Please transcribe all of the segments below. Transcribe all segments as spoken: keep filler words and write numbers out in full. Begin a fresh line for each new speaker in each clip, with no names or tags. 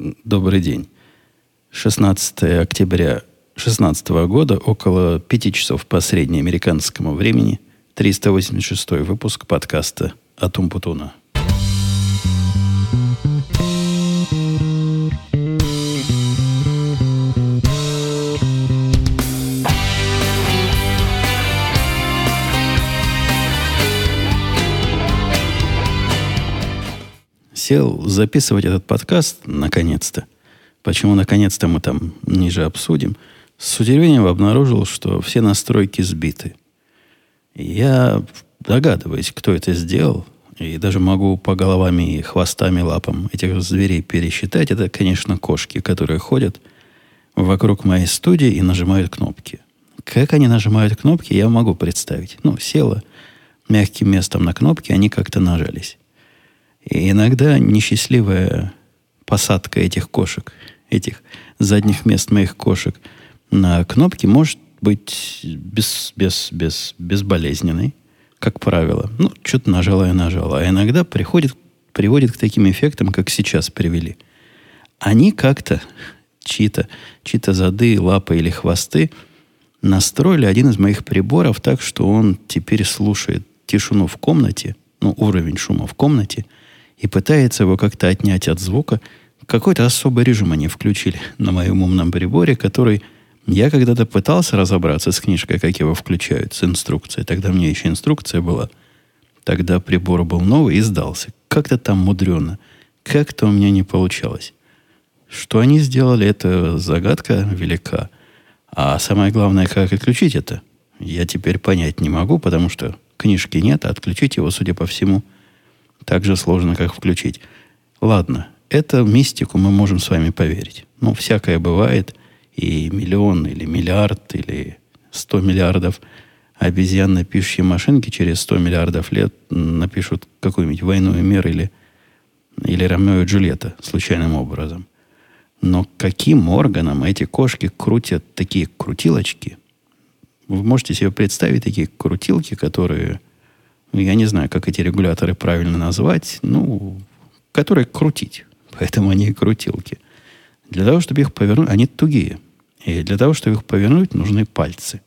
Добрый день. шестнадцатое октября две тысячи шестнадцатого года, около пяти часов по среднеамериканскому времени, триста восемьдесят шестой выпуск подкаста от Умпутуна. Сел записывать этот подкаст, наконец-то. Почему наконец-то мы там ниже обсудим. С удивлением обнаружил, что все настройки сбиты. Я догадываюсь, кто это сделал. И даже могу по головам и хвостам и лапам этих зверей пересчитать. Это, конечно, кошки, которые ходят вокруг моей студии и нажимают кнопки. Как они нажимают кнопки, я могу представить. Ну, села мягким местом на кнопки, они как-то нажались. И иногда несчастливая посадка этих кошек, этих задних мест моих кошек на кнопки может быть без, без, без, безболезненной, как правило. Ну, что-то нажала и нажала. А иногда приходит, приводит к таким эффектам, как сейчас привели. Они как-то, чьи-то, чьи-то зады, лапы или хвосты настроили один из моих приборов так, что он теперь слушает тишину в комнате, ну, уровень шума в комнате, и пытается его как-то отнять от звука. Какой-то особый режим они включили на моем умном приборе, который я когда-то пытался разобраться с книжкой, как его включают, с инструкцией. Тогда мне еще инструкция была. Тогда прибор был новый и сдался. Как-то там мудрено. Как-то у меня не получалось. Что они сделали, это загадка велика. А самое главное, как отключить это, я теперь понять не могу, потому что книжки нет, а отключить его, судя по всему, так же сложно, как включить. Ладно, это мистику мы можем с вами поверить. Ну, всякое бывает. И миллион, или миллиард, или сто миллиардов обезьян пишущие машинки через сто миллиардов лет напишут какую-нибудь «Войну и мир» или, или «Ромео и Джульетта» случайным образом. Но каким органом эти кошки крутят такие крутилочки? Вы можете себе представить такие крутилки, которые... Я не знаю, как эти регуляторы правильно назвать. Ну, которые крутить. Поэтому они и крутилки. Для того, чтобы их повернуть, они тугие. И для того, чтобы их повернуть, нужны пальцы.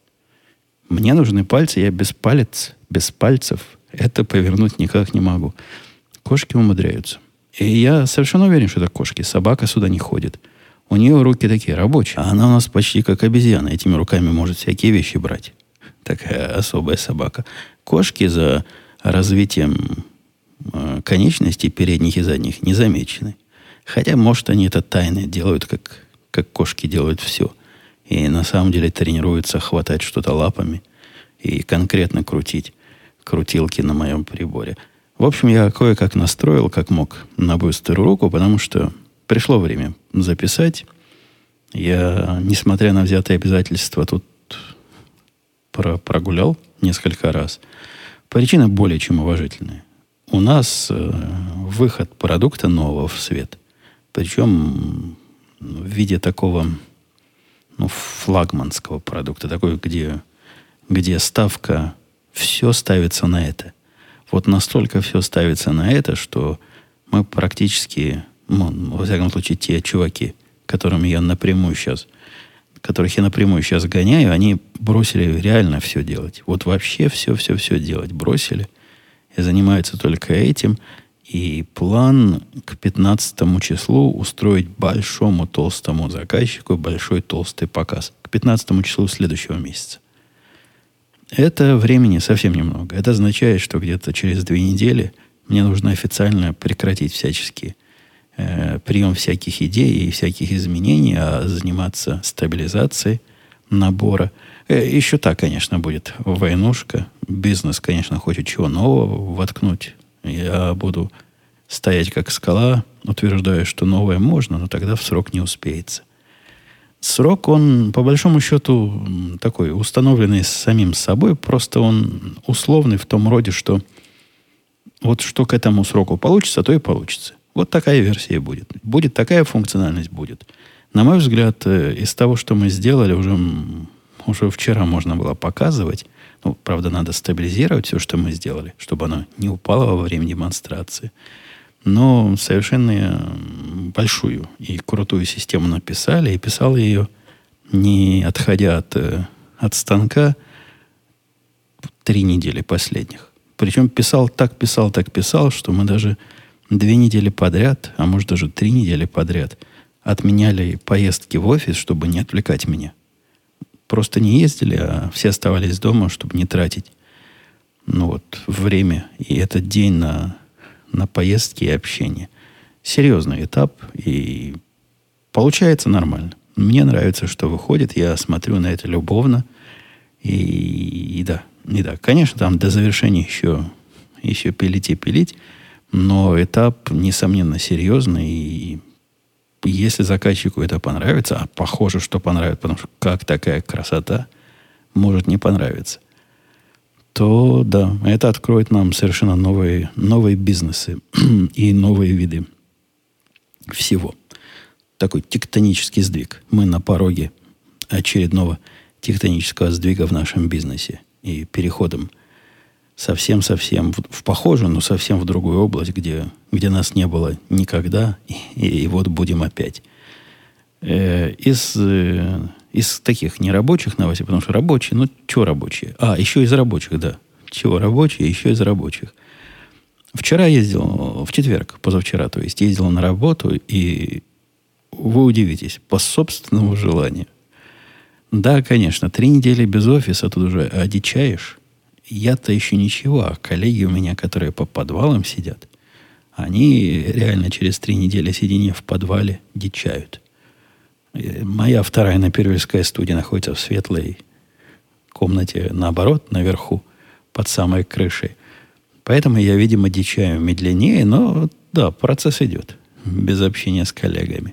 Мне нужны пальцы, я без палец, без пальцев это повернуть никак не могу. Кошки умудряются. И я совершенно уверен, что это кошки. Собака сюда не ходит. У нее руки такие рабочие. А она у нас почти как обезьяна. Этими руками может всякие вещи брать. Такая особая собака. Кошки за развитием э, конечностей передних и задних не замечены. Хотя, может, они это тайно делают, как, как кошки делают все. И на самом деле тренируются хватать что-то лапами и конкретно крутить крутилки на моем приборе. В общем, я кое-как настроил, как мог, на быструю руку, потому что пришло время записать. Я, несмотря на взятые обязательства, тут про- прогулял несколько раз. Причина более чем уважительная. У нас э, выход продукта нового в свет. Причем в виде такого, ну, флагманского продукта. Такой, где, где ставка, все ставится на это. Вот настолько все ставится на это, что мы практически, ну, во всяком случае, те чуваки, которым я напрямую сейчас, которых я напрямую сейчас гоняю, они бросили реально все делать. Вот вообще все-все-все делать бросили. И занимаются только этим. И план к пятнадцатому числу устроить большому толстому заказчику большой толстый показ. К пятнадцатому числу следующего месяца. Это времени совсем немного. Это означает, что где-то через две недели мне нужно официально прекратить всяческие э, прием всяких идей и всяких изменений, а заниматься стабилизацией набора. Э, еще так, конечно, будет войнушка. Бизнес, конечно, хочет чего нового воткнуть. Я буду стоять как скала, утверждая, что новое можно, но тогда в срок не успеется. Срок, он, по большому счету, такой, установленный самим собой, просто он условный в том роде, что вот что к этому сроку получится, то и получится. Вот такая версия и будет. Будет такая функциональность, будет. На мой взгляд, из того, что мы сделали, уже, уже вчера можно было показывать. Ну, правда, надо стабилизировать все, что мы сделали, чтобы оно не упало во время демонстрации. Но совершенно большую и крутую систему написали. И писал ее, не отходя от, от станка, три недели последних. Причем писал так, писал, так писал, что мы даже две недели подряд, а может даже три недели подряд отменяли поездки в офис, чтобы не отвлекать меня. Просто не ездили, а все оставались дома, чтобы не тратить ну вот, время и этот день на, на поездки и общение. Серьезный этап, и получается нормально. Мне нравится, что выходит, я смотрю на это любовно. И, и да, и да, конечно, там до завершения еще, еще пилить и пилить, но этап, несомненно, серьезный. И если заказчику это понравится, а похоже, что понравится, потому что как такая красота может не понравиться, то да, это откроет нам совершенно новые, новые бизнесы и новые виды всего. Такой тектонический сдвиг. Мы на пороге очередного тектонического сдвига в нашем бизнесе и переходом совсем-совсем в, в похожую, но совсем в другую область, где, где нас не было никогда, и, и вот будем опять. Э, из, э, из таких нерабочих новостей, потому что рабочие, ну, что рабочие? А, еще из рабочих, да. Чего рабочие? Еще из рабочих. Вчера ездил, в четверг, позавчера, то есть, ездил на работу, и вы удивитесь, по собственному желанию. Да, конечно, три недели без офиса, тут уже одичаешь. Я-то еще ничего, а коллеги у меня, которые по подвалам сидят, они реально через три недели сидения в подвале дичают. Моя вторая напервельская студия находится в светлой комнате, наоборот, наверху, под самой крышей. Поэтому я, видимо, дичаю медленнее, но да, процесс идет, без общения с коллегами.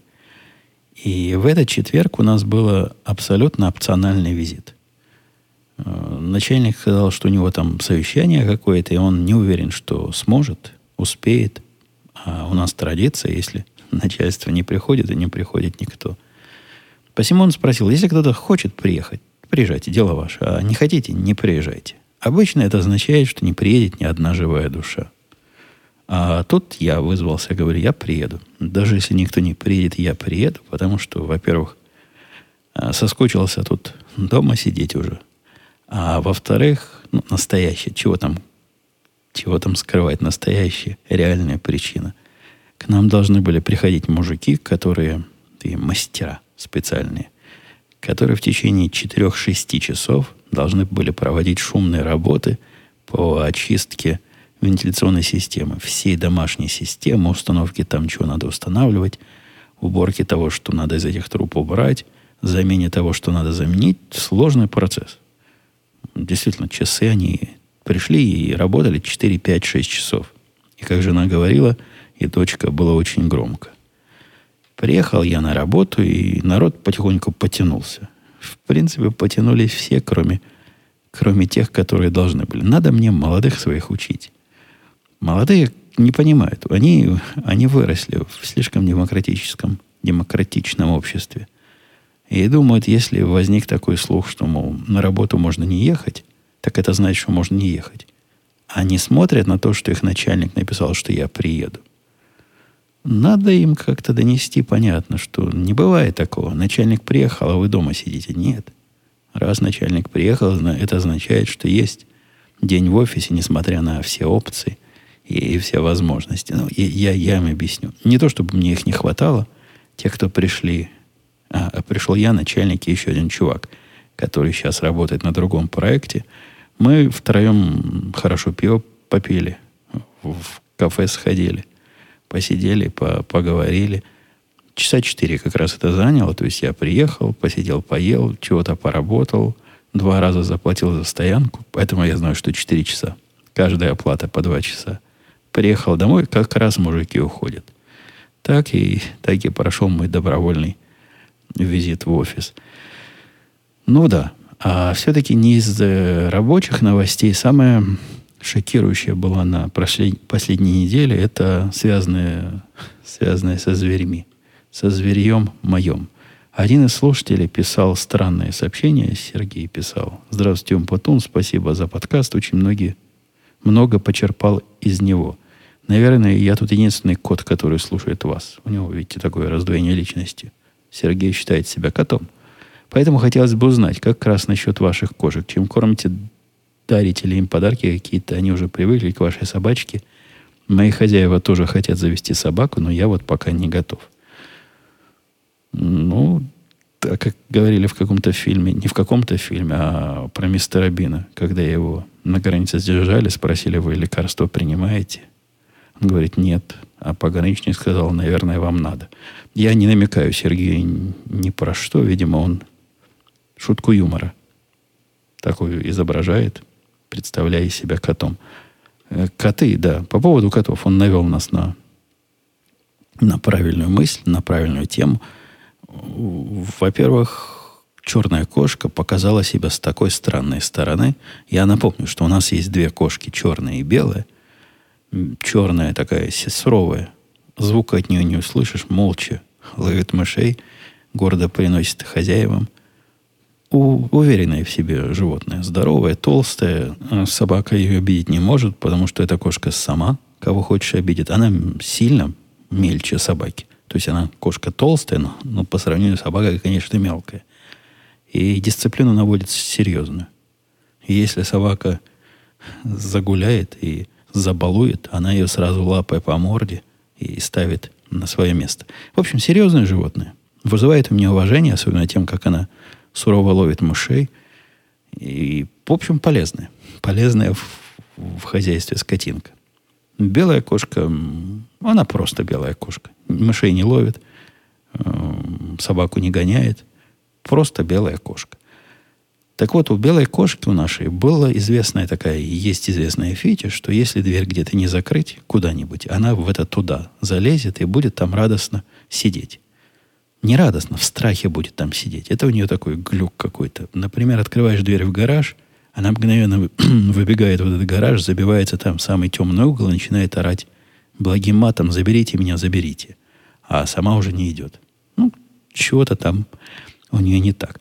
И в этот четверг у нас был абсолютно опциональный визит. Начальник сказал, что у него там совещание какое-то, и он не уверен, что сможет, успеет. А у нас традиция, если начальство не приходит, и не приходит никто. Посему он спросил, если кто-то хочет приехать, приезжайте, дело ваше. А не хотите, не приезжайте. Обычно это означает, что не приедет ни одна живая душа. А тут я вызвался, говорю, я приеду. Даже если никто не приедет, я приеду, потому что, во-первых, соскучился тут дома сидеть уже. А во-вторых, ну, настоящая, чего там, чего там скрывать, настоящая, реальная причина. К нам должны были приходить мужики, которые, и мастера специальные, которые в течение четырех-шести часов должны были проводить шумные работы по очистке вентиляционной системы, всей домашней системы, установки там, чего надо устанавливать, уборки того, что надо из этих труб убрать, замене того, что надо заменить. Сложный процесс. Действительно, часы они пришли и работали четыре, пять, шесть часов. И, как жена говорила, и дочка, было очень громко. Приехал я на работу, и народ потихоньку потянулся. В принципе, потянулись все, кроме, кроме тех, которые должны были. Надо мне молодых своих учить. Молодые не понимают. Они, они выросли в слишком демократическом, демократичном обществе. И думают, если возник такой слух, что, мол, на работу можно не ехать, так это значит, что можно не ехать. Они смотрят на то, что их начальник написал, что я приеду. Надо им как-то донести, понятно, что не бывает такого. Начальник приехал, а вы дома сидите. Нет. Раз начальник приехал, это означает, что есть день в офисе, несмотря на все опции и все возможности. Ну, я, я им объясню. Не то, чтобы мне их не хватало. Те, кто пришли... А, а пришел я, начальник и еще один чувак, который сейчас работает на другом проекте. Мы втроем хорошо пиво попили, в кафе сходили, посидели, по, поговорили. Часа четыре как раз это заняло. То есть я приехал, посидел, поел, чего-то поработал, два раза заплатил за стоянку. Поэтому я знаю, что четыре часа. Каждая оплата по два часа. Приехал домой, как раз мужики уходят. Так и, так и прошел мой добровольный визит в офис. Ну да. А все-таки не из рабочих новостей. Самое шокирующее было на прошлой, последней неделе. Это связанное, связанное со зверьми. Со зверьем моем. Один из слушателей писал странное сообщение. Сергей писал. Здравствуйте, Умпутун. Спасибо за подкаст. Очень многие, много почерпал из него. Наверное, я тут единственный кот, который слушает вас. У него, видите, такое раздвоение личности. Сергей считает себя котом. Поэтому хотелось бы узнать, как раз насчет ваших кошек. Чем кормите, дарите ли им подарки какие-то? Они уже привыкли к вашей собачке. Мои хозяева тоже хотят завести собаку, но я вот пока не готов. Ну, так как говорили в каком-то фильме, не в каком-то фильме, а про мистера Бина, когда его на границе задержали, спросили, вы лекарство принимаете? Он говорит, нет. А пограничник сказал, наверное, вам надо. Я не намекаю Сергею ни про что. Видимо, он шутку юмора такую изображает, представляя себя котом. Коты, да. По поводу котов. Он навел нас на, на правильную мысль, на правильную тему. Во-первых, черная кошка показала себя с такой странной стороны. Я напомню, что у нас есть две кошки, черная и белая. Черная такая суровая. Звука от нее не услышишь. Молча ловит мышей. Гордо приносит хозяевам. У, уверенное в себе животное. Здоровая, толстая. Собака ее обидеть не может, потому что эта кошка сама, кого хочешь, обидит. Она сильно мельче собаки. То есть она кошка толстая, но, но по сравнению с собакой, конечно, мелкая. И дисциплину наводит серьезную. И если собака загуляет и забалует, она ее сразу лапой по морде и ставит на свое место. В общем, серьезное животное. Вызывает у меня уважение, особенно тем, как она сурово ловит мышей. И, в общем, полезная. Полезная в, в хозяйстве скотинка. Белая кошка, она просто белая кошка. Мышей не ловит, собаку не гоняет. Просто белая кошка. Так вот, у белой кошки у нашей была известная такая, есть известная фича, что если дверь где-то не закрыть куда-нибудь, она в это туда залезет и будет там радостно сидеть. Не радостно, в страхе будет там сидеть. Это у нее такой глюк какой-то. Например, открываешь дверь в гараж, она мгновенно выбегает в этот гараж, забивается там в самый темный угол и начинает орать благим матом: заберите меня, заберите. А сама уже не идет. Ну, чего-то там у нее не так.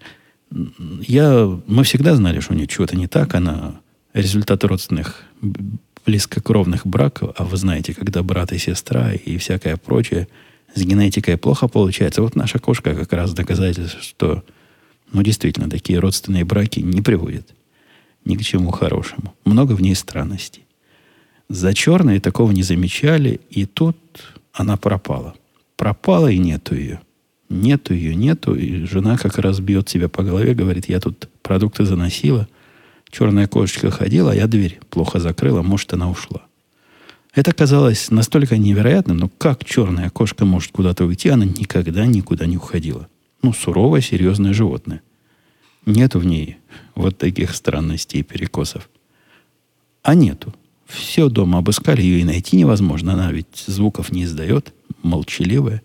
Я, мы всегда знали, что у нее чего-то не так. Она результат родственных близкокровных браков. А вы знаете, когда брат и сестра и всякое прочее с генетикой плохо получается. Вот наша кошка как раз доказательство, что ну, действительно такие родственные браки не приводят ни к чему хорошему. Много в ней странностей. За черной такого не замечали, и тут она пропала. Пропала, и нету ее. Нету ее, нету. И жена как раз бьет себя по голове, говорит, я тут продукты заносила, черная кошечка ходила, а я дверь плохо закрыла, может, она ушла. Это казалось настолько невероятным, но как черная кошка может куда-то уйти, она никогда никуда не уходила. Ну, суровое, серьезное животное. Нету в ней вот таких странностей и перекосов. А нету. Все дома обыскали, ее и найти невозможно. Она ведь звуков не издает, молчаливая.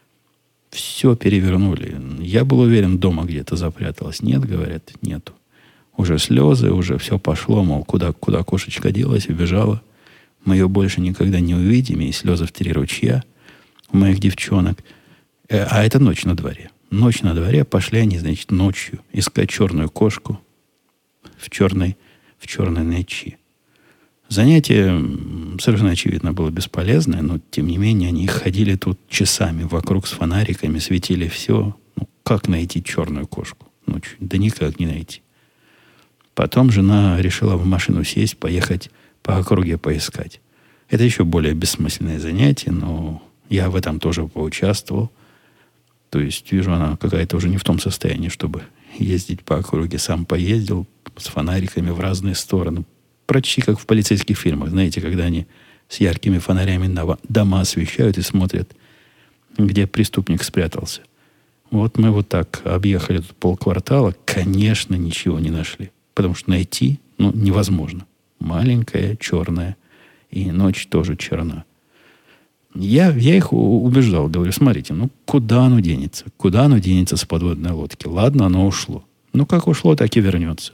Все перевернули. Я был уверен, дома где-то запряталась. Нет, говорят, нету. Уже слезы, уже все пошло, мол, куда, куда кошечка делась, убежала. Мы ее больше никогда не увидим, и слезы в три ручья у моих девчонок. А это ночь на дворе. Ночь на дворе, пошли они, значит, ночью искать черную кошку в черной, в черной ночи. Занятие совершенно очевидно было бесполезное, но, тем не менее, они ходили тут часами вокруг с фонариками, светили все. Ну, как найти черную кошку ночью? Да никак не найти. Потом жена решила в машину сесть, поехать по округе поискать. Это еще более бессмысленное занятие, но я в этом тоже поучаствовал. То есть, вижу, она какая-то уже не в том состоянии, чтобы ездить по округе. Сам поездил с фонариками в разные стороны. Почти как в полицейских фильмах. Знаете, когда они с яркими фонарями дома освещают и смотрят, где преступник спрятался. Вот мы вот так объехали тут полквартала. Конечно, ничего не нашли. Потому что найти ну, невозможно. Маленькая, черная. И ночь тоже черна. Я, я их убеждал, говорю, смотрите, ну куда оно денется? Куда оно денется с подводной лодки? Ладно, оно ушло. Ну как ушло, так и вернется.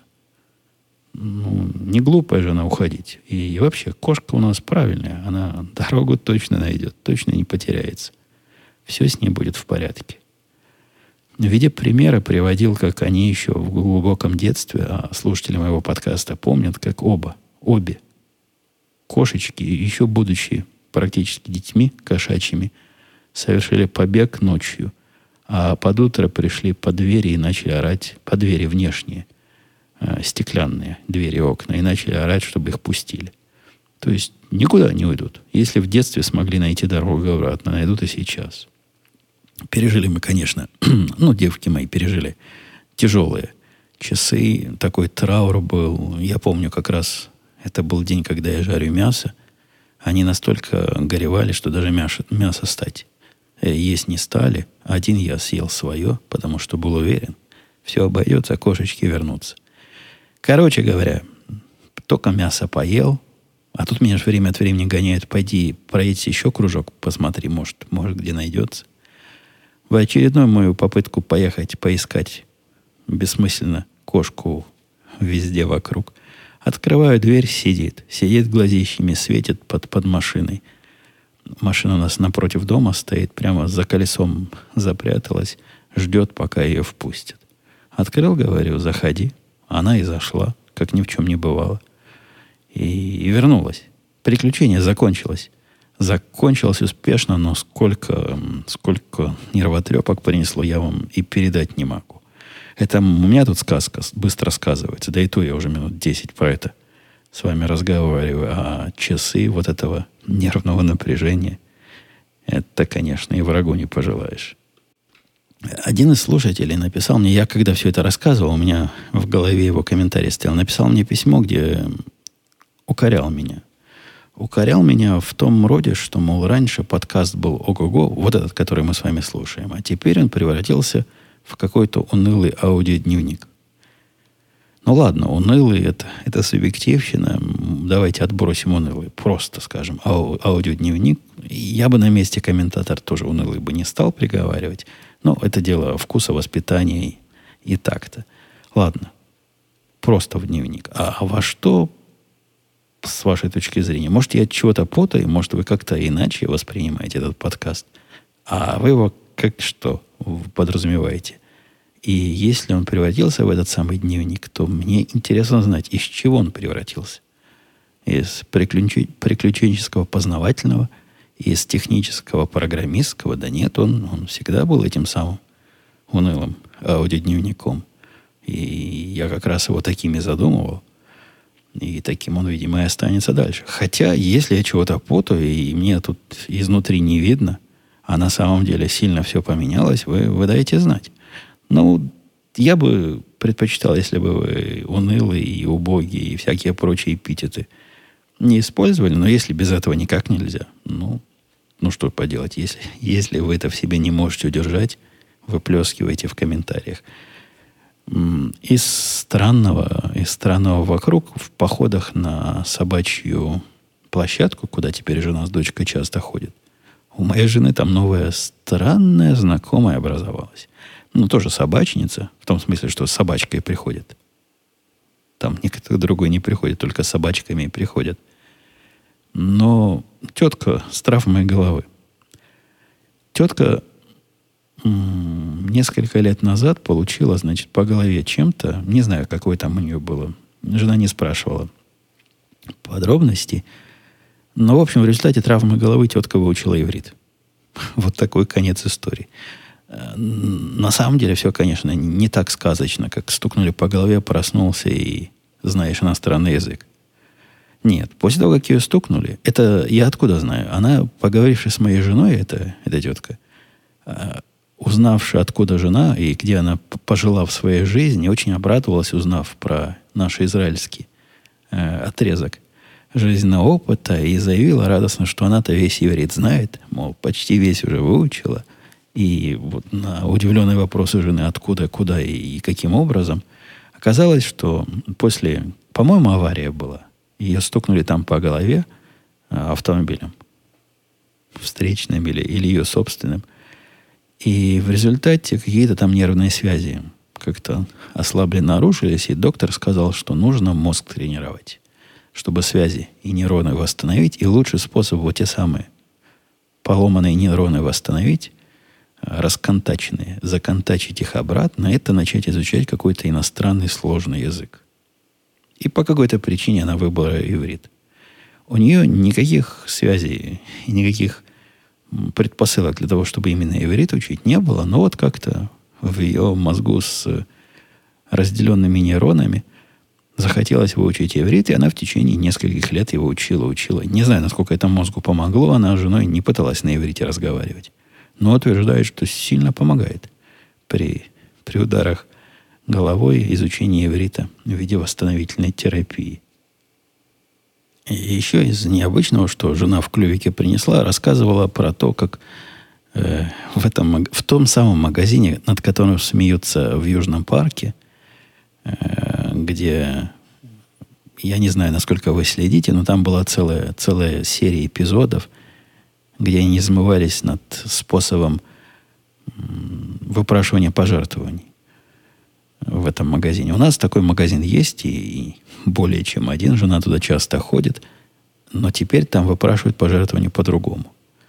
Ну, не глупая же она уходить. И вообще, кошка у нас правильная. Она дорогу точно найдет, точно не потеряется. Все с ней будет в порядке. В виде примера приводил, как они еще в глубоком детстве, а слушатели моего подкаста помнят, как оба, обе кошечки, еще будучи практически детьми кошачьими, совершили побег ночью, а под утро пришли по двери и начали орать, по двери внешние, э, стеклянные двери и окна, и начали орать, чтобы их пустили. То есть никуда не уйдут. Если в детстве смогли найти дорогу обратно, найдут и сейчас. Пережили мы, конечно, ну, девки мои пережили тяжелые часы. Такой траур был. Я помню, как раз это был день, когда я жарю мясо. Они настолько горевали, что даже мясо, мясо стать есть не стали. Один я съел свое, потому что был уверен, все обойдется, а кошечки вернутся. Короче говоря, только мясо поел, а тут меня же время от времени гоняют, пойди пройти еще кружок, посмотри, может, может где найдется. В очередную мою попытку поехать, поискать бессмысленно кошку везде вокруг, открываю дверь, сидит. Сидит глазищами, светит под, под машиной. Машина у нас напротив дома стоит, прямо за колесом запряталась, ждет, пока ее впустят. Открыл, говорю, заходи. Она и зашла, как ни в чем не бывало. И, и вернулась. Приключение закончилось. Закончилось успешно, но сколько, сколько нервотрепок принесло, я вам и передать не могу. Это у меня тут сказка быстро сказывается. Да и то я уже минут десять про это с вами разговариваю. А часы вот этого нервного напряжения, это, конечно, и врагу не пожелаешь. Один из слушателей написал мне, я когда все это рассказывал, у меня в голове его комментарий стоял, написал мне письмо, где укорял меня. Укорял меня в том роде, что, мол, раньше подкаст был ого-го, вот этот, который мы с вами слушаем, а теперь он превратился в какой-то унылый аудиодневник. Ну ладно, унылый это, это субъективщина. Давайте отбросим унылый. Просто, скажем, ау, аудиодневник. Я бы на месте комментатора тоже унылый бы не стал приговаривать. Но это дело вкуса, воспитания и, и так-то. Ладно. Просто в дневник. А, а во что, с вашей точки зрения? Может, я от чего-то путаю, может, вы как-то иначе воспринимаете этот подкаст. А вы его как что подразумеваете? И если он превратился в этот самый дневник, то мне интересно знать, из чего он превратился. Из приключен... приключенческого познавательного, из технического программистского. Да нет, он, он всегда был этим самым унылым аудиодневником. И я как раз его такими задумывал. И таким он, видимо, и останется дальше. Хотя, если я чего-то путаю, и мне тут изнутри не видно, а на самом деле сильно все поменялось, вы, вы даете знать. Ну, я бы предпочитал, если бы вы унылые и убогие и всякие прочие эпитеты не использовали, но если без этого никак нельзя, ну, ну что поделать, если, если вы это в себе не можете удержать, выплескивайте в комментариях. Из странного, из странного вокруг в походах на собачью площадку, куда теперь жена с дочкой часто ходит, у моей жены там новая странная знакомая образовалась. Ну, тоже собачница, в том смысле, что с собачкой приходит. Там никто другой не приходит, только с собачками и приходят. Но тетка с травмой головы. Тетка м- несколько лет назад получила, значит, по голове чем-то, не знаю, какое там у нее было. Жена не спрашивала подробностей. Но, в общем, в результате травмы головы тетка выучила иврит. Вот такой конец истории. На самом деле все, конечно, не так сказочно, как стукнули по голове, проснулся и знаешь иностранный язык. Нет, после того, как ее стукнули, это я откуда знаю? Она, поговоривши с моей женой, это, эта тетка, узнавши, откуда жена и где она пожила в своей жизни, очень обрадовалась, узнав про наш израильский э, отрезок жизненного опыта, и заявила радостно, что она-то весь иврит знает, мол, почти весь уже выучила. И вот на удивленные вопросы жены, откуда, куда и, и каким образом, оказалось, что после, по-моему, авария была. Ее стукнули там по голове а, автомобилем. Встречным или, или ее собственным. И в результате какие-то там нервные связи как-то ослабленно нарушились, и доктор сказал, что нужно мозг тренировать, чтобы связи и нейроны восстановить. И лучший способ вот те самые поломанные нейроны восстановить, расконтаченные, законтачить их обратно, это начать изучать какой-то иностранный сложный язык. И по какой-то причине она выбрала иврит. У нее никаких связей и никаких предпосылок для того, чтобы именно иврит учить, не было. Но вот как-то в ее мозгу с разделенными нейронами захотелось выучить иврит, и она в течение нескольких лет его учила, учила. Не знаю, насколько это мозгу помогло. Она с женой не пыталась на иврите разговаривать. Но утверждает, что сильно помогает при, при ударах головой изучения иврита в виде восстановительной терапии. И еще из необычного, что жена в клювике принесла, рассказывала про то, как э, в, этом, в том самом магазине, над которым смеются в Южном парке, э, где, я не знаю, насколько вы следите, но там была целая, целая серия эпизодов, где они измывались над способом м, выпрашивания пожертвований в этом магазине. У нас такой магазин есть, и более чем один. Жена туда часто ходит. Но теперь там выпрашивают пожертвования по-другому.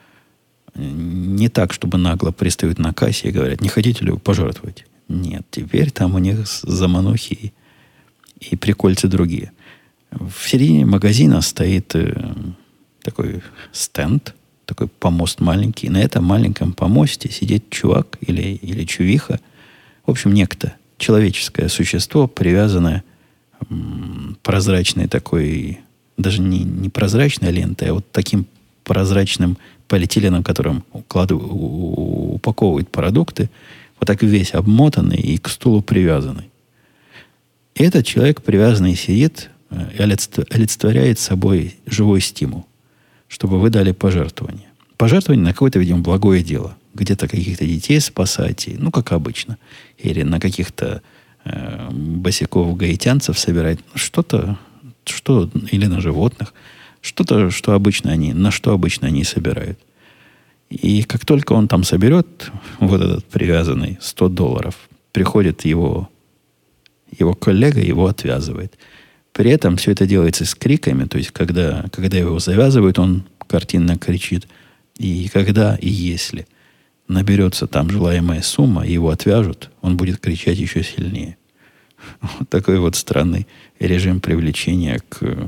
Не так, чтобы нагло пристают на кассе и говорят, не хотите ли вы пожертвовать? Нет, теперь там у них заманухи и, и прикольцы другие. В середине магазина стоит э, такой стенд, такой помост маленький. На этом маленьком помосте сидит чувак или, или чувиха. В общем, некто. Человеческое существо, привязанное м, прозрачной такой, даже не, не прозрачной лентой, а вот таким прозрачным полиэтиленом, которым укладывают, упаковывают продукты, вот так весь обмотанный и к стулу привязанный. И этот человек, привязанный, сидит и олицетворяет собой живой стимул, чтобы вы дали пожертвование. Пожертвование на какое-то, видимо, благое дело. Где-то каких-то детей спасать, ну, как обычно. Или на каких-то э, босиков-гаитянцев собирать. Что-то, что, или на животных. Что-то, что обычно они, на что обычно они собирают. И как только он там соберет, вот этот привязанный, сто долларов, приходит его, его коллега, его отвязывает. При этом все это делается с криками. То есть, когда, когда его завязывают, он картинно кричит. И когда, и если наберется там желаемая сумма, и его отвяжут, он будет кричать еще сильнее. Вот такой вот странный режим привлечения к,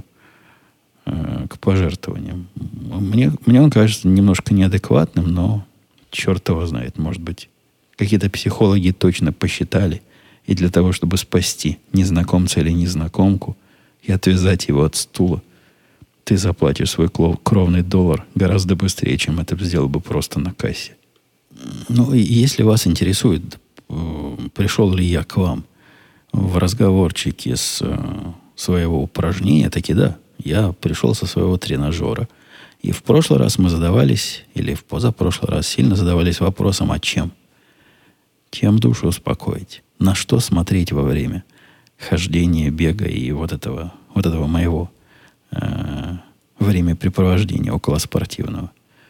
к пожертвованиям. Мне, мне он кажется немножко неадекватным, но черт его знает, может быть, какие-то психологи точно посчитали, и для того, чтобы спасти незнакомца или незнакомку и отвязать его от стула, ты заплатишь свой кровный доллар гораздо быстрее, чем это сделал бы просто на кассе. Ну, и если вас интересует, пришел ли я к вам в разговорчике с своего упражнения, таки да, я пришел со своего тренажера. И в прошлый раз мы задавались, или в позапрошлый раз сильно задавались вопросом, а чем? Чем душу успокоить? На что смотреть во время хождения, бега и вот этого, вот этого моего э, времяпрепровождения околоспортивного?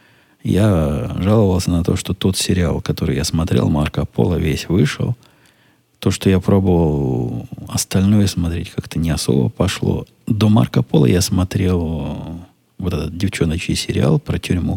Я жаловался на то, что тот сериал, который я смотрел, «Марко Поло», весь вышел. То, что я пробовал остальное смотреть, как-то не особо пошло. До «Марко Поло» я смотрел вот этот девчоночий сериал про тюрьму.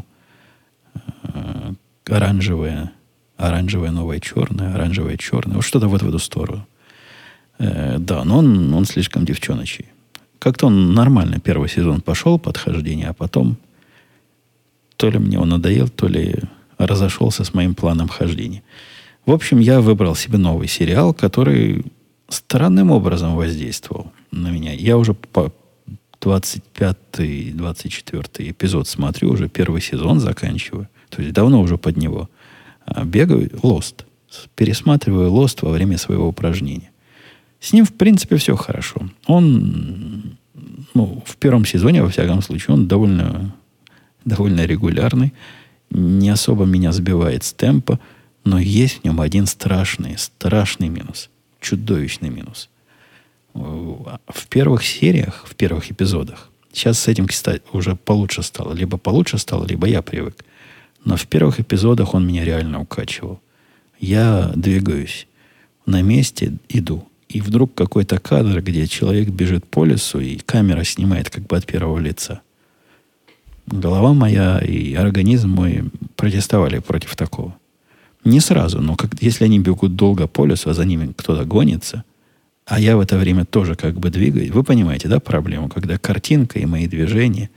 Оранжевое, оранжевое, новое, черное, оранжевое, черное. Вот что-то вот в эту сторону. Да, но он, он слишком девчоночий. Как-то он нормально первый сезон пошел под хождение, а потом то ли мне он надоел, то ли разошелся с моим планом хождения. В общем, я выбрал себе новый сериал, который странным образом воздействовал на меня. Я уже по двадцать пятый двадцать четвёртый эпизод смотрю, уже первый сезон заканчиваю. То есть давно уже под него бегаю. Lost. Пересматриваю Lost во время своего упражнения. С ним, в принципе, все хорошо. Он, ну, в первом сезоне, во всяком случае, он довольно... довольно регулярный, не особо меня сбивает с темпа, но есть в нем один страшный, страшный минус, чудовищный минус. В первых сериях, в первых эпизодах, сейчас с этим, кстати, уже получше стало. Либо получше стало, либо я привык. Но в первых эпизодах он меня реально укачивал. Я двигаюсь на месте, иду. И вдруг какой-то кадр, где человек бежит по лесу, и камера снимает как бы от первого лица. Голова моя и организм мой протестовали против такого. Не сразу, но как, если они бегут долго по лесу, а за ними кто-то гонится, а я в это время тоже как бы двигаюсь, вы понимаете, да, проблему, когда картинка и мои движения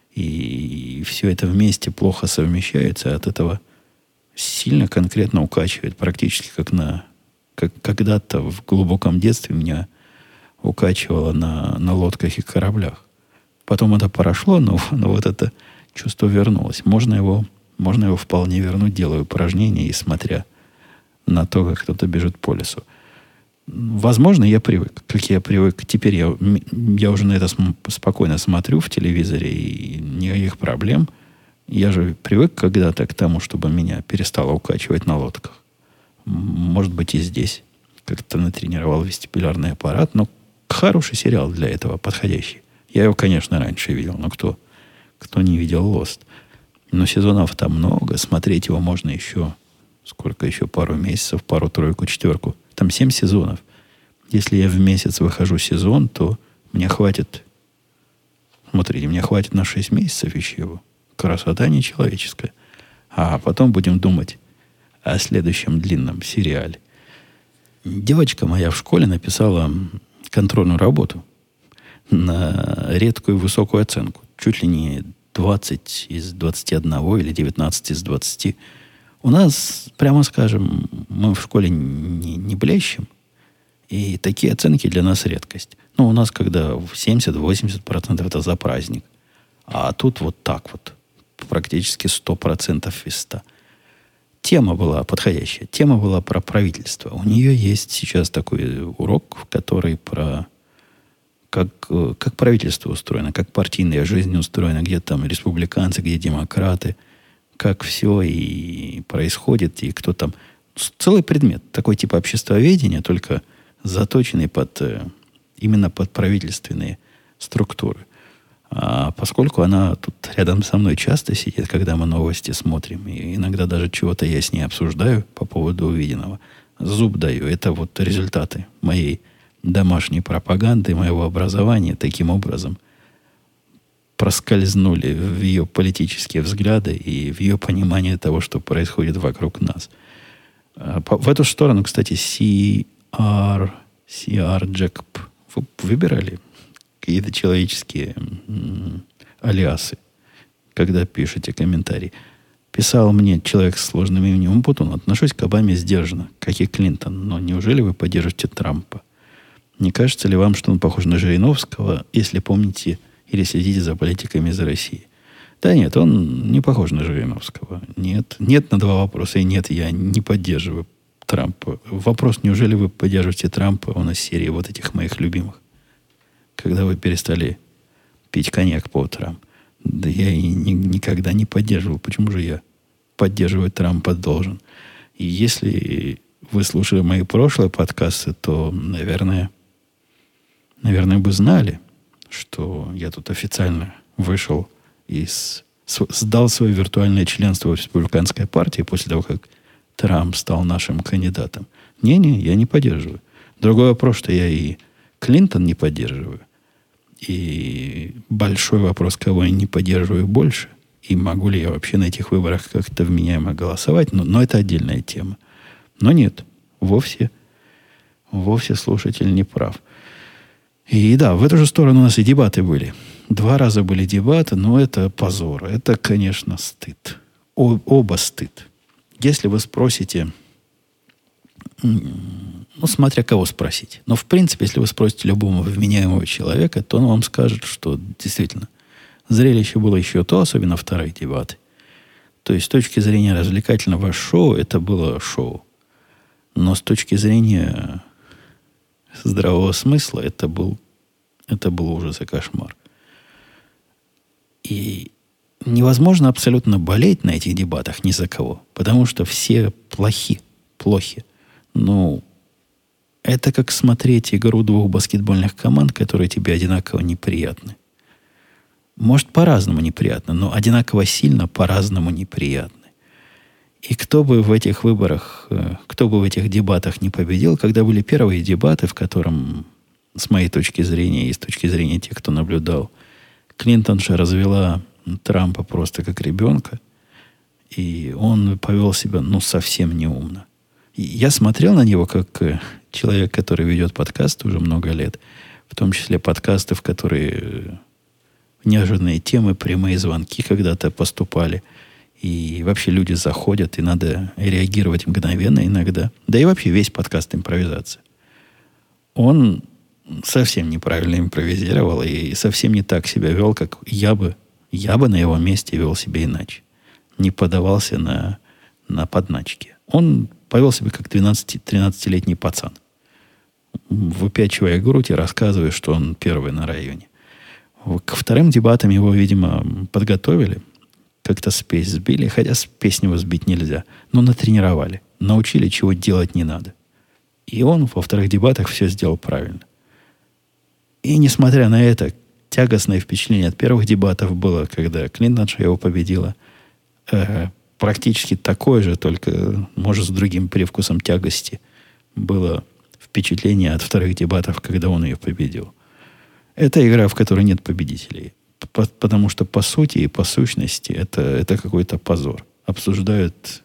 и все это вместе плохо совмещается, от этого сильно конкретно укачивает, практически как на как когда-то в глубоком детстве меня укачивало на, на лодках и кораблях. Потом это прошло, но, но вот это чувство вернулось. Можно его, можно его вполне вернуть, делая упражнения и смотря на то, как кто-то бежит по лесу. Возможно, я привык. Как я привык. Теперь я, я уже на это см- спокойно смотрю в телевизоре, и никаких проблем. Я же привык когда-то к тому, чтобы меня перестало укачивать на лодках. Может быть, и здесь как-то натренировал вестибулярный аппарат, но хороший сериал для этого, подходящий. Я его, конечно, раньше видел, но кто, кто не видел Lost? Но сезонов там много, смотреть его можно еще, сколько еще, пару месяцев, пару-тройку, четверку. Там семь сезонов. Если я в месяц выхожу сезон, то мне хватит, смотрите, мне хватит на шесть месяцев еще его. Красота нечеловеческая. А потом будем думать о следующем длинном сериале. Девочка моя в школе написала контрольную работу на редкую высокую оценку. Чуть ли не двадцать из двадцати одного или девятнадцать из двадцати. У нас, прямо скажем, мы в школе не, не блещем. И такие оценки для нас редкость. Ну, у нас, когда семьдесят-восемьдесят процентов это за праздник. А тут вот так вот. Практически сто процентов из ста. Тема была подходящая. Тема была про правительство. У нее есть сейчас такой урок, который про как, как правительство устроено, как партийная жизнь устроена, где там республиканцы, где демократы, как все и происходит, и кто там. Целый предмет, такой типа обществоведения, только заточенный под, именно под правительственные структуры. А поскольку она тут рядом со мной часто сидит, когда мы новости смотрим, и иногда даже чего-то я с ней обсуждаю по поводу увиденного, зуб даю. Это вот результаты моей домашней пропаганды, моего образования таким образом проскользнули в ее политические взгляды и в ее понимание того, что происходит вокруг нас. В эту сторону, кстати, си ар, си ар Джекоб вы выбирали какие-то человеческие м- алиасы, когда пишете комментарии. Писал мне человек с сложным именем Путун: отношусь к Обаме сдержанно, как и Клинтон, но неужели вы поддержите Трампа? Не кажется ли вам, что он похож на Жириновского, если помните или следите за политиками из России? Да нет, он не похож на Жириновского. Нет, нет на два вопроса, и нет, я не поддерживаю Трампа. Вопрос: неужели вы поддерживаете Трампа? Он из серии вот этих моих любимых. Когда вы перестали пить коньяк по утрам. Да я и ни, никогда не поддерживал. Почему же я поддерживать Трампа должен? И если вы слушали мои прошлые подкасты, то, наверное, наверное, бы знали, что я тут официально вышел и с, сдал свое виртуальное членство в республиканской партии после того, как Трамп стал нашим кандидатом. Не-не, я не поддерживаю. Другой вопрос, что я и Клинтон не поддерживаю. И большой вопрос, кого я не поддерживаю больше. И могу ли я вообще на этих выборах как-то вменяемо голосовать. Но, но это отдельная тема. Но нет, вовсе, вовсе слушатель не прав. И да, в эту же сторону у нас и дебаты были. Два раза были дебаты, но это позор. Это, конечно, стыд. О, оба стыд. Если вы спросите... Ну, смотря кого спросить. Но, в принципе, если вы спросите любого вменяемого человека, то он вам скажет, что действительно зрелище было еще то, особенно вторые дебаты. То есть, с точки зрения развлекательного шоу, это было шоу. Но с точки зрения здравого смысла, это был, это был ужас и кошмар. И невозможно абсолютно болеть на этих дебатах ни за кого, потому что все плохи, плохи. Ну, это как смотреть игру двух баскетбольных команд, которые тебе одинаково неприятны. Может, по-разному неприятны, но одинаково сильно по-разному неприятны. И кто бы в этих выборах, кто бы в этих дебатах не победил, когда были первые дебаты, в котором, с моей точки зрения и с точки зрения тех, кто наблюдал, Клинтонша развела Трампа просто как ребенка, и он повел себя, ну, совсем неумно. Я смотрел на него как человек, который ведет подкасты уже много лет, в том числе подкасты, в которые неожиданные темы, прямые звонки когда-то поступали. И вообще люди заходят, и надо реагировать мгновенно иногда. Да и вообще весь подкаст импровизация. Он совсем неправильно импровизировал и совсем не так себя вел, как я бы, я бы на его месте вел себя иначе. Не подавался на, на подначки. Он повел себя как двенадцати-тринадцатилетний пацан, выпячивая грудь и рассказывая, что он первый на районе. К вторым дебатам его, видимо, подготовили. Как-то спесь сбили, хотя спесь него сбить нельзя. Но натренировали. Научили, чего делать не надо. И он во вторых дебатах все сделал правильно. И несмотря на это, тягостное впечатление от первых дебатов было, когда Клинтонша его победила, э, практически такое же, только, может, с другим привкусом тягости, было впечатление от вторых дебатов, когда он ее победил. Это игра, в которой нет победителей. Потому что по сути и по сущности это, это какой-то позор. Обсуждают,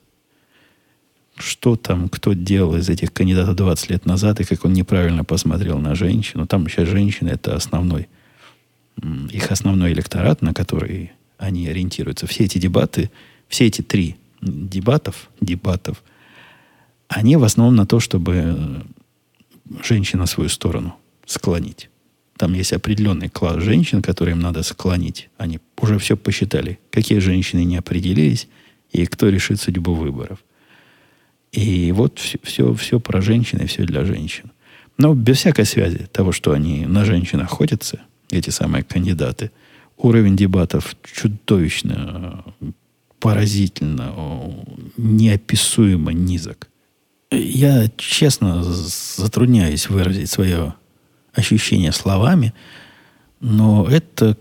что там, кто делал из этих кандидатов двадцать лет назад, и как он неправильно посмотрел на женщину. Там сейчас женщины — это основной, их основной электорат, на который они ориентируются. Все эти дебаты, все эти три дебатов, дебатов, они в основном на то, чтобы женщин на свою сторону склонить. Там есть определенный класс женщин, которые им надо склонить. Они уже все посчитали, какие женщины не определились и кто решит судьбу выборов. И вот все, все, все про женщин и все для женщин. Но без всякой связи того, что они на женщинах охотятся, эти самые кандидаты, уровень дебатов чудовищно, поразительно, неописуемо низок. Я, честно, затрудняюсь выразить свое ощущение словами, но это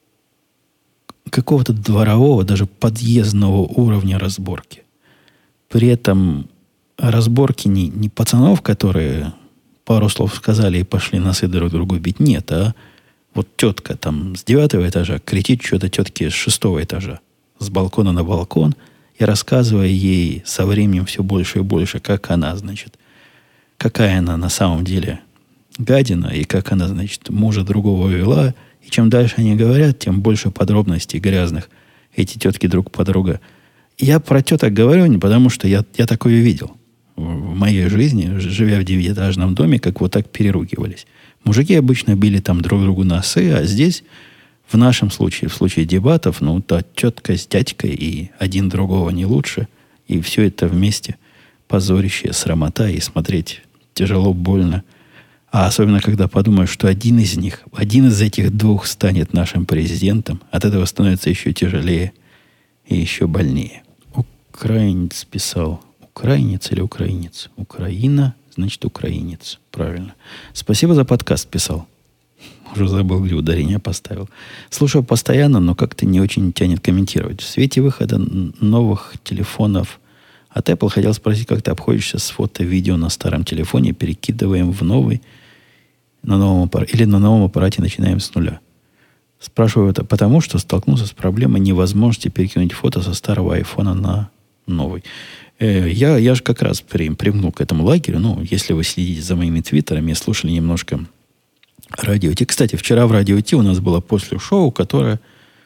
какого-то дворового, даже подъездного уровня разборки. При этом разборки не, не пацанов, которые пару слов сказали и пошли носы друг другу бить. Нет, а вот тетка там с девятого этажа кричит что-то тетке с шестого этажа, с балкона на балкон, и рассказывая ей со временем все больше и больше, как она, значит, какая она на самом деле гадина, и как она, значит, мужа другого вела. И чем дальше они говорят, тем больше подробностей грязных эти тетки друг по другу. Я про теток говорю не потому, что я, я такое видел в моей жизни, живя в девятиэтажном доме, как вот так переругивались. Мужики обычно били там друг другу носы, а здесь, в нашем случае, в случае дебатов, ну, та тетка с дядькой, и один другого не лучше, и все это вместе позорище, срамота, и смотреть тяжело, больно. А особенно, когда подумаешь, что один из них, один из этих двух станет нашим президентом, от этого становится еще тяжелее и еще больнее. Украинец писал. Украинец или украинец? Украина, значит, украинец. Правильно. Спасибо за подкаст, писал. Уже забыл, где ударение поставил. Слушаю постоянно, но как-то не очень тянет комментировать. В свете выхода новых телефонов от Apple хотел спросить, как ты обходишься с фото-видео на старом телефоне, перекидываем в новый, на новом аппарате, или на новом аппарате начинаем с нуля. Спрашиваю это потому, что столкнулся с проблемой невозможности перекинуть фото со старого айфона на новый. Э, я, я же как раз при, примнул к этому лагерю. Ну, если вы следите за моими твиттерами и слушали немножко Радио Ти. Кстати, вчера в Радио Ти у нас было после шоу, которое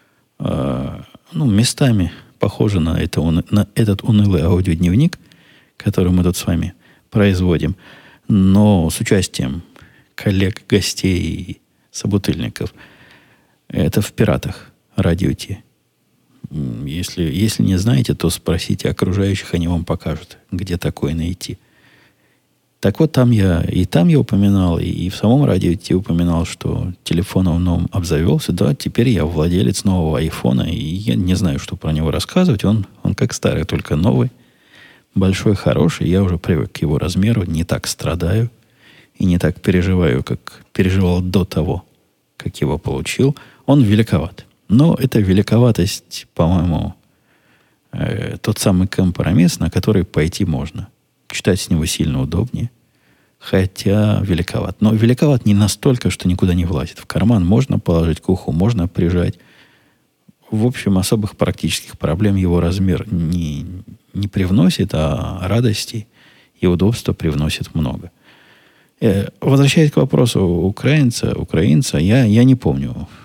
э, ну, местами похоже на, это, на этот унылый аудиодневник, который мы тут с вами производим, но с участием коллег, гостей и собутыльников. Это в «Пиратах» Радио Ти. Если, если не знаете, то спросите окружающих, они вам покажут, где такое найти. Так вот, там я и там я упоминал, и, и в самом Радио Ти упоминал, что телефоном новым обзавелся. Да, теперь я владелец нового айфона, и я не знаю, что про него рассказывать. Он, он как старый, только новый. Большой, хороший. Я уже привык к его размеру, не так страдаю и не так переживаю, как переживал до того, как его получил. Он великоват. Но эта великоватость, по-моему, э, тот самый компромисс, на который пойти можно. Читать с него сильно удобнее. Хотя великоват. Но великоват не настолько, что никуда не влазит. В карман можно положить, к уху можно прижать. В общем, особых практических проблем его размер не, не привносит, а радостей и удобства привносит много. Э, возвращаясь к вопросу украинца, украинца, я, я не помню,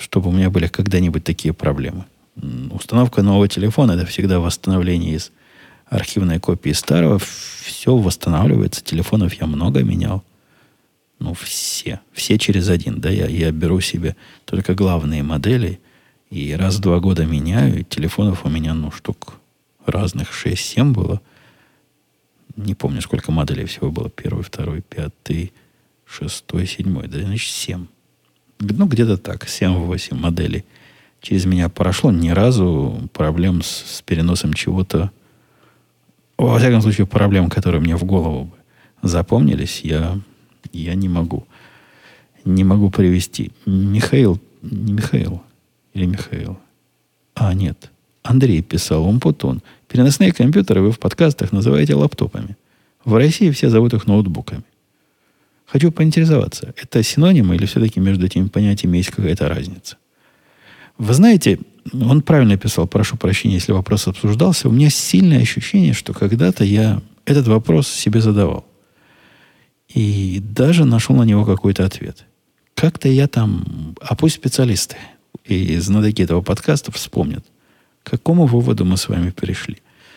чтобы у меня были когда-нибудь такие проблемы. Установка нового телефона – это всегда восстановление из архивной копии старого. Все восстанавливается. Телефонов я много менял. Ну, все. Все через один. Да, я, я беру себе только главные модели и раз в два года меняю. И телефонов у меня, ну, штук разных шесть-семь было. Не помню, сколько моделей всего было. Первый, второй, пятый, шестой, седьмой. Да, значит, семь. Ну, где-то так. семь-восемь моделей через меня прошло. Ни разу проблем с, с переносом чего-то. Во всяком случае, проблем, которые мне в голову запомнились, я, я не могу. Не могу привести. Михаил, не Михаил. Или Михаил. А, нет. Андрей писал, Умпутун. Переносные компьютеры вы в подкастах называете лаптопами. В России все зовут их ноутбуками. Хочу поинтересоваться, это синонимы или все-таки между этими понятиями есть какая-то разница? Вы знаете, он правильно писал, прошу прощения, если вопрос обсуждался. У меня сильное ощущение, что когда-то я этот вопрос себе задавал. И даже нашел на него какой-то ответ. Как-то я там, а пусть специалисты и знатоки этого подкаста вспомнят, к какому выводу мы с вами пришли.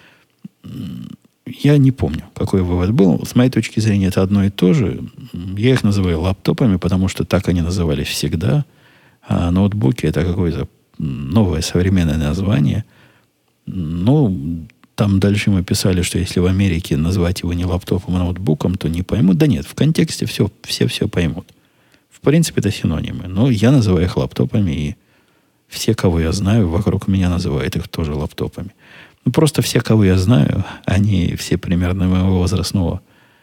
Я не помню, какой вывод был. С моей точки зрения, это одно и то же. Я их называю лаптопами, потому что так они назывались всегда. А ноутбуки – это какое-то новое современное название. Ну, там дальше мы писали, что если в Америке назвать его не лаптопом, а ноутбуком, то не поймут. Да нет, в контексте все, все все поймут. В принципе, это синонимы. Но я называю их лаптопами, и все, кого я знаю, вокруг меня называют их тоже лаптопами. Ну, просто все, кого я знаю, они все примерно моего возрастного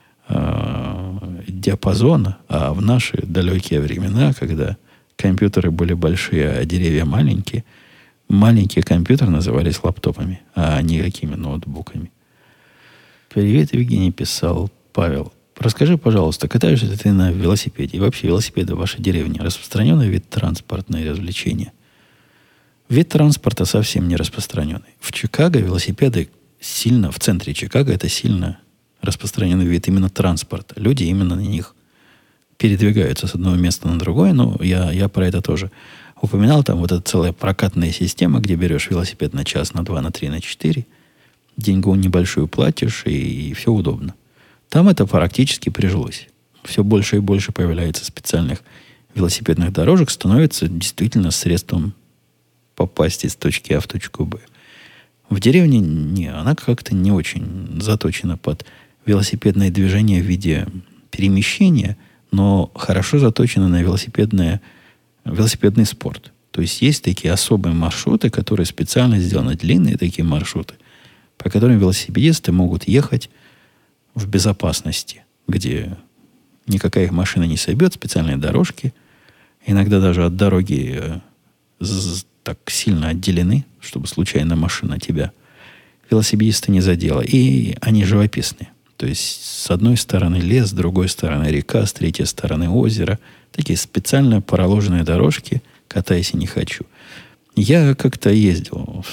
э, диапазона. А в наши далекие времена, когда компьютеры были большие, а деревья маленькие, маленькие компьютеры назывались лаптопами, а не какими ноутбуками. Привет, Евгений, писал Павел. Расскажи, пожалуйста, катаешься ли ты на велосипеде? И вообще, велосипеды в вашей деревне распространенный вид транспортное развлечение? Вид транспорта совсем не распространенный. В Чикаго велосипеды сильно, в центре Чикаго это сильно распространенный вид именно транспорта. Люди именно на них передвигаются с одного места на другое. Но я, я про это тоже упоминал. Там вот эта целая прокатная система, где берешь велосипед на час, на два, на три, на четыре. Деньгу небольшую платишь, и, и все удобно. Там это практически прижилось. Все больше и больше появляется специальных велосипедных дорожек. Становится действительно средством попасть из точки А в точку Б. В деревне не, она как-то не очень заточена под велосипедное движение в виде перемещения, но хорошо заточена на велосипедное, велосипедный спорт. То есть есть такие особые маршруты, которые специально сделаны, длинные такие маршруты, по которым велосипедисты могут ехать в безопасности, где никакая их машина не собьет, специальные дорожки, иногда даже от дороги так сильно отделены, чтобы случайно машина тебя, велосипедиста, не задела. И они живописные. То есть, с одной стороны лес, с другой стороны река, с третьей стороны озеро. Такие специально проложенные дорожки, катайся не хочу. Я как-то ездил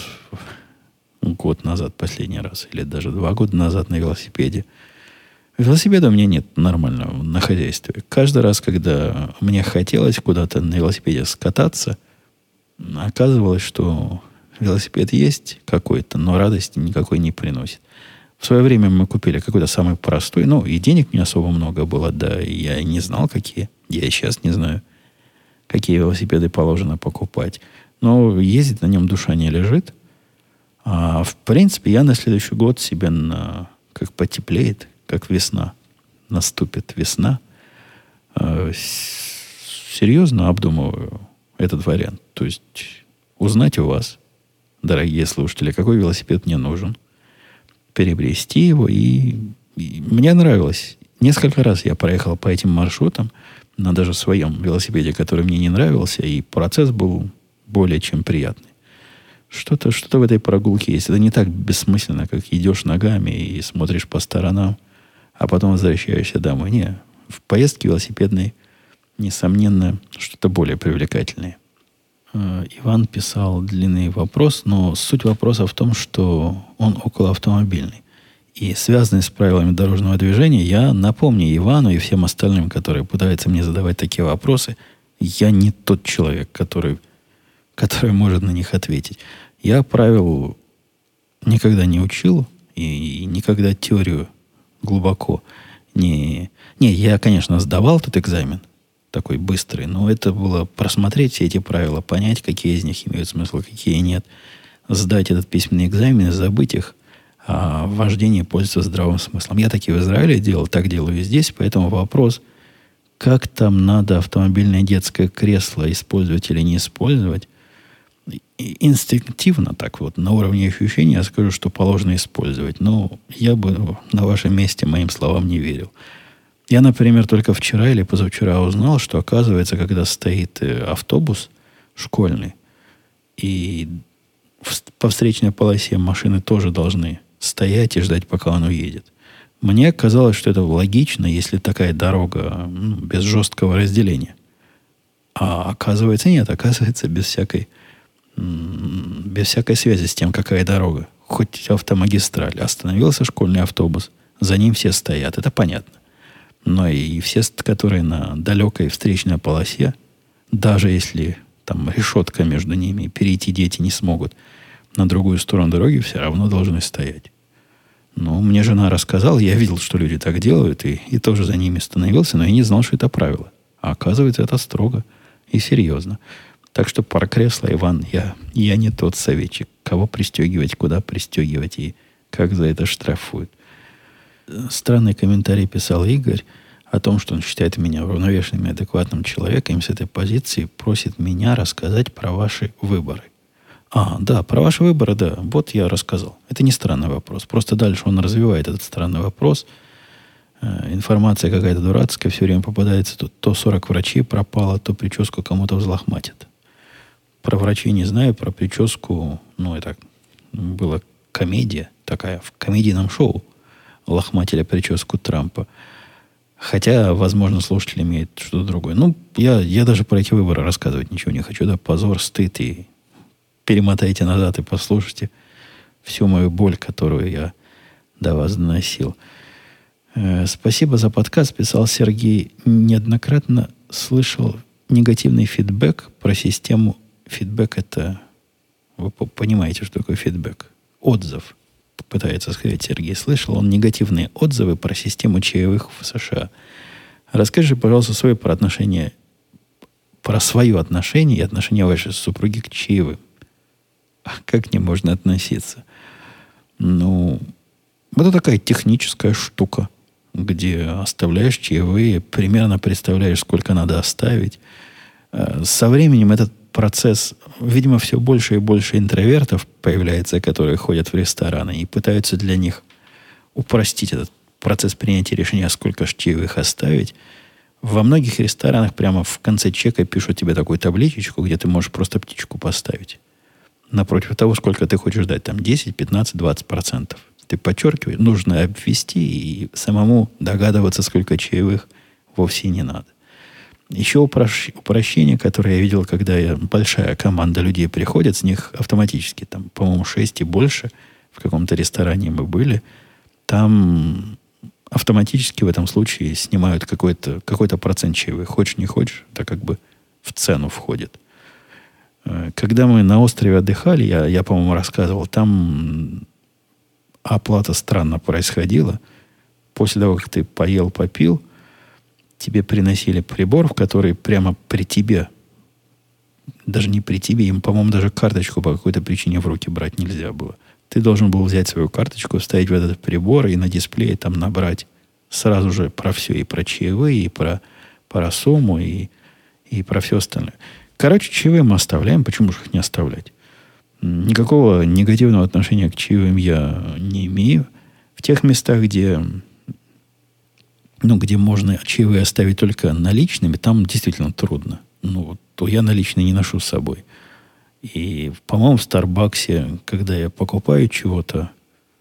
год назад последний раз, или даже два года назад на велосипеде. Велосипеда у меня нет нормального на хозяйстве. Каждый раз, когда мне хотелось куда-то на велосипеде скататься, оказывалось, что велосипед есть какой-то, но радости никакой не приносит. В свое время мы купили какой-то самый простой, ну, и денег не особо много было, да, и я не знал, какие. Я и сейчас не знаю, какие велосипеды положено покупать. Но ездить на нем душа не лежит. А, в принципе, я на следующий год себе, на, как потеплеет, как весна, наступит весна, э, серьезно обдумываю этот вариант. То есть узнать у вас, дорогие слушатели, какой велосипед мне нужен, приобрести его. И, и мне нравилось. Несколько раз я проехал по этим маршрутам на даже своем велосипеде, который мне не нравился, и процесс был более чем приятный. Что-то, что-то в этой прогулке есть. Это не так бессмысленно, как идешь ногами и смотришь по сторонам, а потом возвращаешься домой. Не, в поездке велосипедной, несомненно, что-то более привлекательное. Иван писал длинный вопрос, но суть вопроса в том, что он околоавтомобильный. И связанный с правилами дорожного движения, я напомню Ивану и всем остальным, которые пытаются мне задавать такие вопросы, я не тот человек, который которая может на них ответить. Я правил никогда не учил и, и никогда теорию глубоко не... Не, я, конечно, сдавал этот экзамен, такой быстрый, но это было просмотреть все эти правила, понять, какие из них имеют смысл, какие нет, сдать этот письменный экзамен и забыть их, а в вождении пользоваться здравым смыслом. Я так и в Израиле делал, так делаю и здесь, поэтому вопрос, как там надо автомобильное детское кресло использовать или не использовать, инстинктивно так вот, на уровне ощущения я скажу, что положено использовать. Но я бы на вашем месте моим словам не верил. Я, например, только вчера или позавчера узнал, что, оказывается, когда стоит автобус школьный, и по встречной полосе машины тоже должны стоять и ждать, пока он уедет. Мне казалось, что это логично, если такая дорога, ну, без жесткого разделения. А оказывается, нет. Оказывается, без всякой, без всякой связи с тем, какая дорога. Хоть автомагистраль. Остановился школьный автобус, за ним все стоят. Это понятно. Но и все, которые на далекой встречной полосе, даже если там решетка между ними, перейти дети не смогут на другую сторону дороги, все равно должны стоять. Ну, мне жена рассказала, я видел, что люди так делают, и, и тоже за ними становился, но я не знал, что это правило. А оказывается, это строго и серьезно. Так что про кресло, Иван, я, я не тот советчик. Кого пристегивать, куда пристегивать и как за это штрафуют. Странный комментарий писал Игорь о том, что он считает меня уравновешенным и адекватным человеком, и с этой позиции просит меня рассказать про ваши выборы. А, да, про ваши выборы, да. Вот я рассказал. Это не странный вопрос. Просто дальше он развивает этот странный вопрос. Э, информация какая-то дурацкая, все время попадается. Тут то сорок врачей пропало, то прическу кому-то взлохматят. Про врачей не знаю, про прическу, ну, это была комедия такая, в комедийном шоу лохматили прическу Трампа. Хотя, возможно, слушатель имеет что-то другое. Ну, я, я даже про эти выборы рассказывать ничего не хочу. Да, позор, стыд. И перемотайте назад и послушайте всю мою боль, которую я до вас доносил. Э, спасибо за подкаст, писал Сергей. Неоднократно слышал негативный фидбэк про систему. Фидбэк — это... Вы понимаете, что такое фидбэк? Отзыв. Пытается сказать Сергей. Слышал он негативные отзывы про систему чаевых в США. Расскажи, пожалуйста, свое про отношение, про свое отношение и отношение вашей супруги к чаевым. Как к ним можно относиться? Ну, это такая техническая штука, где оставляешь чаевые, примерно представляешь, сколько надо оставить. Со временем этот процесс, видимо, все больше и больше интровертов появляется, которые ходят в рестораны и пытаются для них упростить этот процесс принятия решения, сколько ж чаевых оставить. Во многих ресторанах прямо в конце чека пишут тебе такую табличечку, где ты можешь просто птичку поставить. Напротив того, сколько ты хочешь дать. Там десять, пятнадцать, двадцать процентов. Ты подчеркиваешь, нужно обвести и самому догадываться, сколько чаевых вовсе не надо. Еще упрощ... упрощение, которое я видел, когда я, большая команда людей приходит, с них автоматически, там, по-моему, шесть и больше, в каком-то ресторане мы были, там автоматически в этом случае снимают какой-то, какой-то процент чаевых. Хочешь, не хочешь, это как бы в цену входит. Когда мы на острове отдыхали, я, я по-моему, рассказывал, там оплата странно происходила. После того, как ты поел, попил, тебе приносили прибор, в который прямо при тебе, даже не при тебе, им, по-моему, даже карточку по какой-то причине в руки брать нельзя было. Ты должен был взять свою карточку, вставить в этот прибор и на дисплее там набрать сразу же про все, и про чаевые, и про, про сумму, и, и про все остальное. Короче, чаевые мы оставляем, почему же их не оставлять? Никакого негативного отношения к чаевым я не имею. В тех местах, где... Ну, где можно чаевые оставить только наличными, там действительно трудно. Ну, то я наличные не ношу с собой. И, по-моему, в Старбаксе, когда я покупаю чего-то,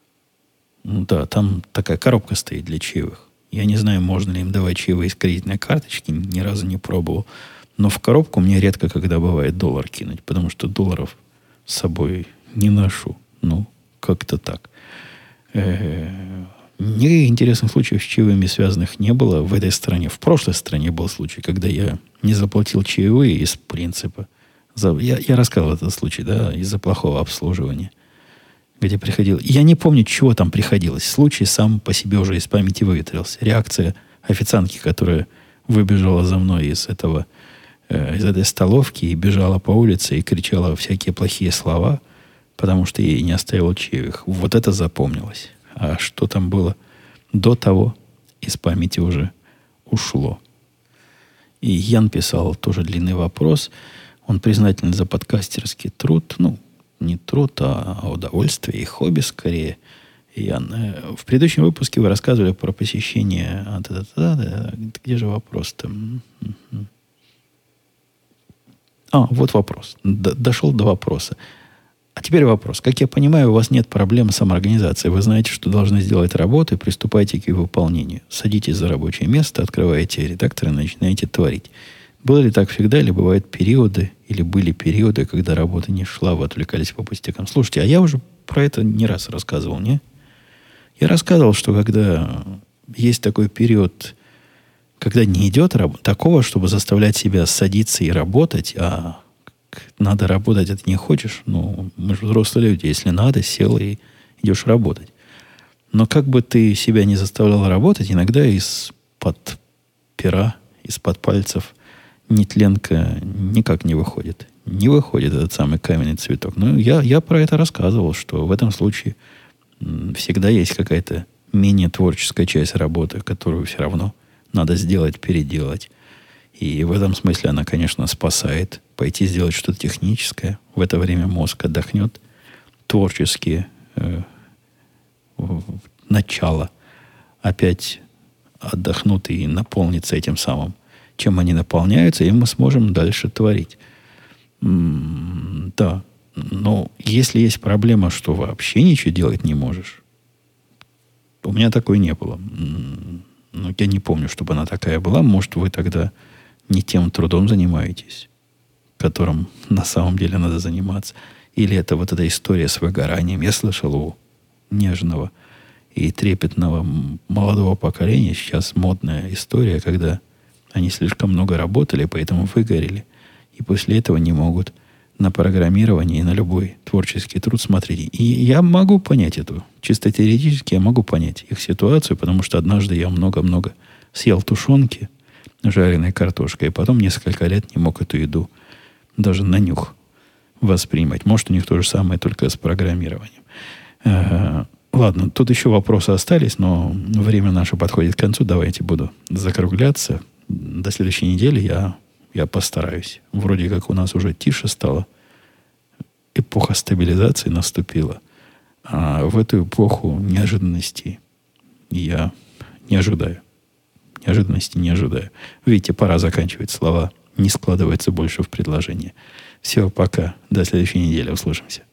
ну да, там такая коробка стоит для чаевых. Я не знаю, можно ли им давать чаевые из кредитной карточки, ни разу не пробовал. Но в коробку мне редко когда бывает доллар кинуть, потому что долларов с собой не ношу. Ну, как-то так. Никаких интересных случаев с чаевыми связанных не было в этой стране. В прошлой стране был случай, когда я не заплатил чаевые из принципа. За, я, я рассказывал этот случай, да, из-за плохого обслуживания, где приходил. Я не помню, чего там приходилось. Случай сам по себе уже из памяти выветрился. Реакция официантки, которая выбежала за мной из этого, э, из этой столовки и бежала по улице и кричала всякие плохие слова, потому что ей не оставил чаевых. Вот это запомнилось. А что там было до того, из памяти уже ушло. И Ян писал тоже длинный вопрос. Он признателен за подкастерский труд. Ну, не труд, а удовольствие и хобби скорее. Ян, э, в предыдущем выпуске вы рассказывали про посещение... А, да, да, да, где же вопрос-то? А, вот вопрос. Д- дошел до вопроса. А теперь вопрос. Как я понимаю, у вас нет проблем с самоорганизацией. Вы знаете, что должны сделать работу, и приступаете к ее выполнению. Садитесь за рабочее место, открываете редактор и начинаете творить. Было ли так всегда, или бывают периоды, или были периоды, когда работа не шла, вы отвлекались по пустякам? Слушайте, а я уже про это не раз рассказывал, не? Я рассказывал, что когда есть такой период, когда не идет работа, такого, чтобы заставлять себя садиться и работать, а надо работать, а ты не хочешь, ну, мы же взрослые люди, если надо, сел и идешь работать. Но как бы ты себя не заставлял работать, иногда из-под пера, из-под пальцев нетленка никак не выходит. Не выходит этот самый каменный цветок. Ну, я, я про это рассказывал, что в этом случае всегда есть какая-то менее творческая часть работы, которую все равно надо сделать, переделать. И в этом смысле она, конечно, спасает. Пойти сделать что-то техническое. В это время мозг отдохнет. Творческие э, начала опять отдохнут и наполнится этим самым. Чем они наполняются, и мы сможем дальше творить. М-м, да. Но если есть проблема, что вообще ничего делать не можешь, у меня такой не было. М-м, ну, я не помню, чтобы она такая была. Может, вы тогда не тем трудом занимаетесь, которым на самом деле надо заниматься. Или это вот эта история с выгоранием. Я слышал у нежного и трепетного молодого поколения сейчас модная история, когда они слишком много работали, поэтому выгорели. И после этого не могут на программирование и на любой творческий труд смотреть. И я могу понять эту. Чисто теоретически я могу понять их ситуацию, потому что однажды я много-много съел тушенки, жареной картошкой, и потом несколько лет не мог эту еду даже на нюх воспринимать. Может, у них то же самое, только с программированием. Э-э- ладно, тут еще вопросы остались, но время наше подходит к концу. Давайте буду закругляться. До следующей недели я, я постараюсь. Вроде как у нас уже тише стало. Эпоха стабилизации наступила. А в эту эпоху неожиданностей я не ожидаю. Неожиданности не ожидаю. Видите, пора заканчивать. Слова не складываются больше в предложение. Все, пока. До следующей недели. Услышимся.